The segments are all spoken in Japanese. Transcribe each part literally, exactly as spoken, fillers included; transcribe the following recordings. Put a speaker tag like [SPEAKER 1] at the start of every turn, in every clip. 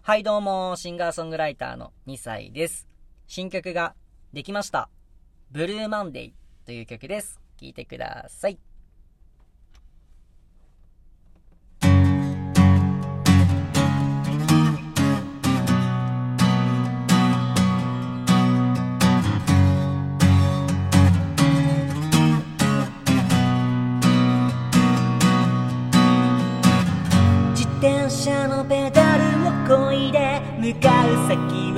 [SPEAKER 1] はいどうも、シンガーソングライターのにさいです。新曲ができました。ブルーマンデーという曲です。聴いてください。自転車のペダルをこいで向かう先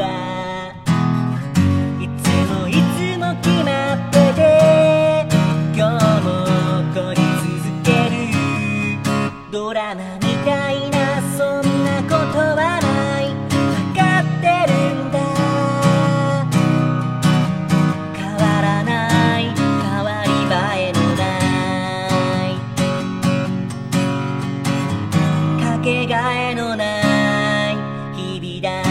[SPEAKER 1] はいつもいつも決まってて、今日もこり続ける。ドラマみたいなそんなことはない、分かってるんだ。変わらない、変わり映えのないかけがえのない日々だ。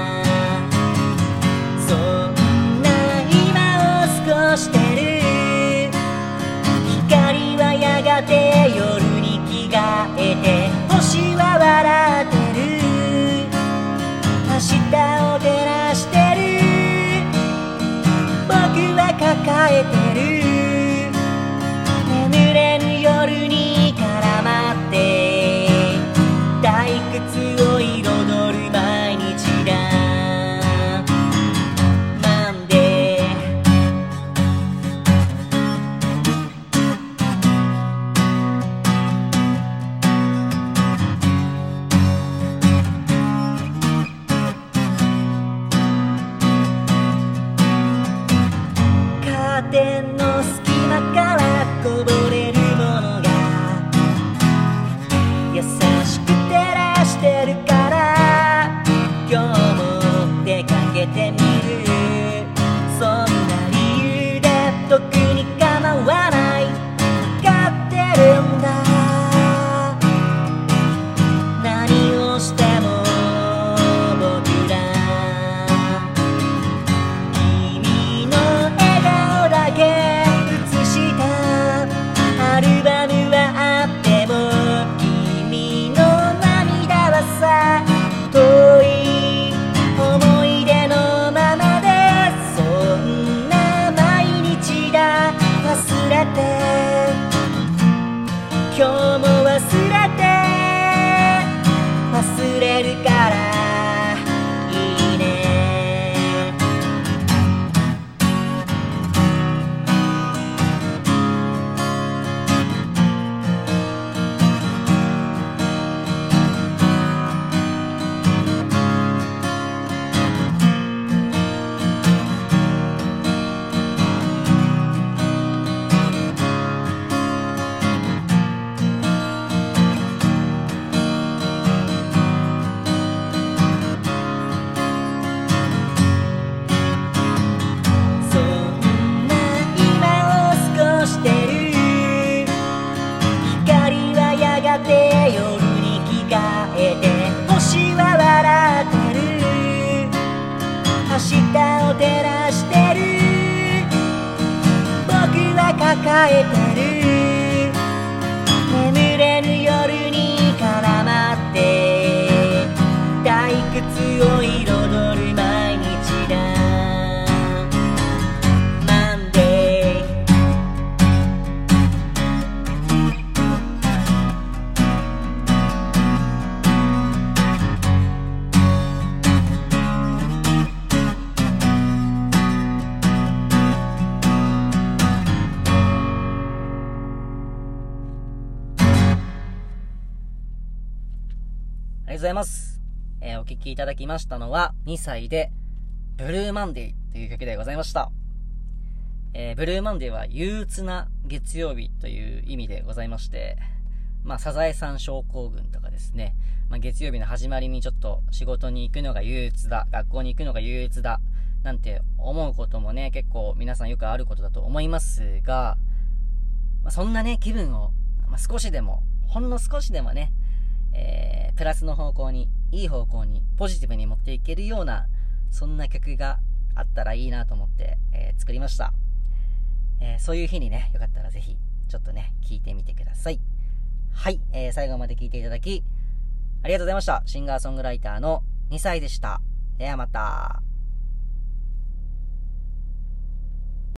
[SPEAKER 1] そんな今を過ごしてる。光はやがて夜に着替えて、星は笑ってる。明日を照らしてる。僕は抱えてる。眠れぬ夜に絡まって退屈を彩る毎日だ。マンデーカーテンの隙間からこぼれるものが優しく照らしてるから、今日も出かけてみる。そんな理由で特に構わない、分かってるんだ。何をしても僕ら君の笑顔だけ写したアルバムはあっても、君の涙はさ遠い思い出のままで。そんな毎日だ、忘れて今日も忘れて忘れるからいいね。そんな今を過ごしてる。光はやがて夜に着替えて、星は笑ってる。明日を照らしてる。僕は抱えてる。眠れぬ夜に絡まって退屈を彩る毎日だ。マンデーありがとうございます。えーお聴きいただきましたのはにさいでブルーマンデーという曲でございました。えーブルーマンデーは憂鬱な月曜日という意味でございまして、まあサザエさん症候群とかですね、まあ、月曜日の始まりにちょっと仕事に行くのが憂鬱だ、学校に行くのが憂鬱だなんて思うこともね、結構皆さんよくあることだと思いますが、まあ、そんなね気分を、まあ、少しでもほんの少しでもね、えー、プラスの方向に、いい方向にポジティブに持っていけるようなそんな曲があったらいいなと思って、えー、作りました。えー、そういう日にね、よかったらぜひちょっとね聞いてみてください。はい、えー、最後まで聞いていただきありがとうございました。シンガーソングライターのにさいでした。ではまた。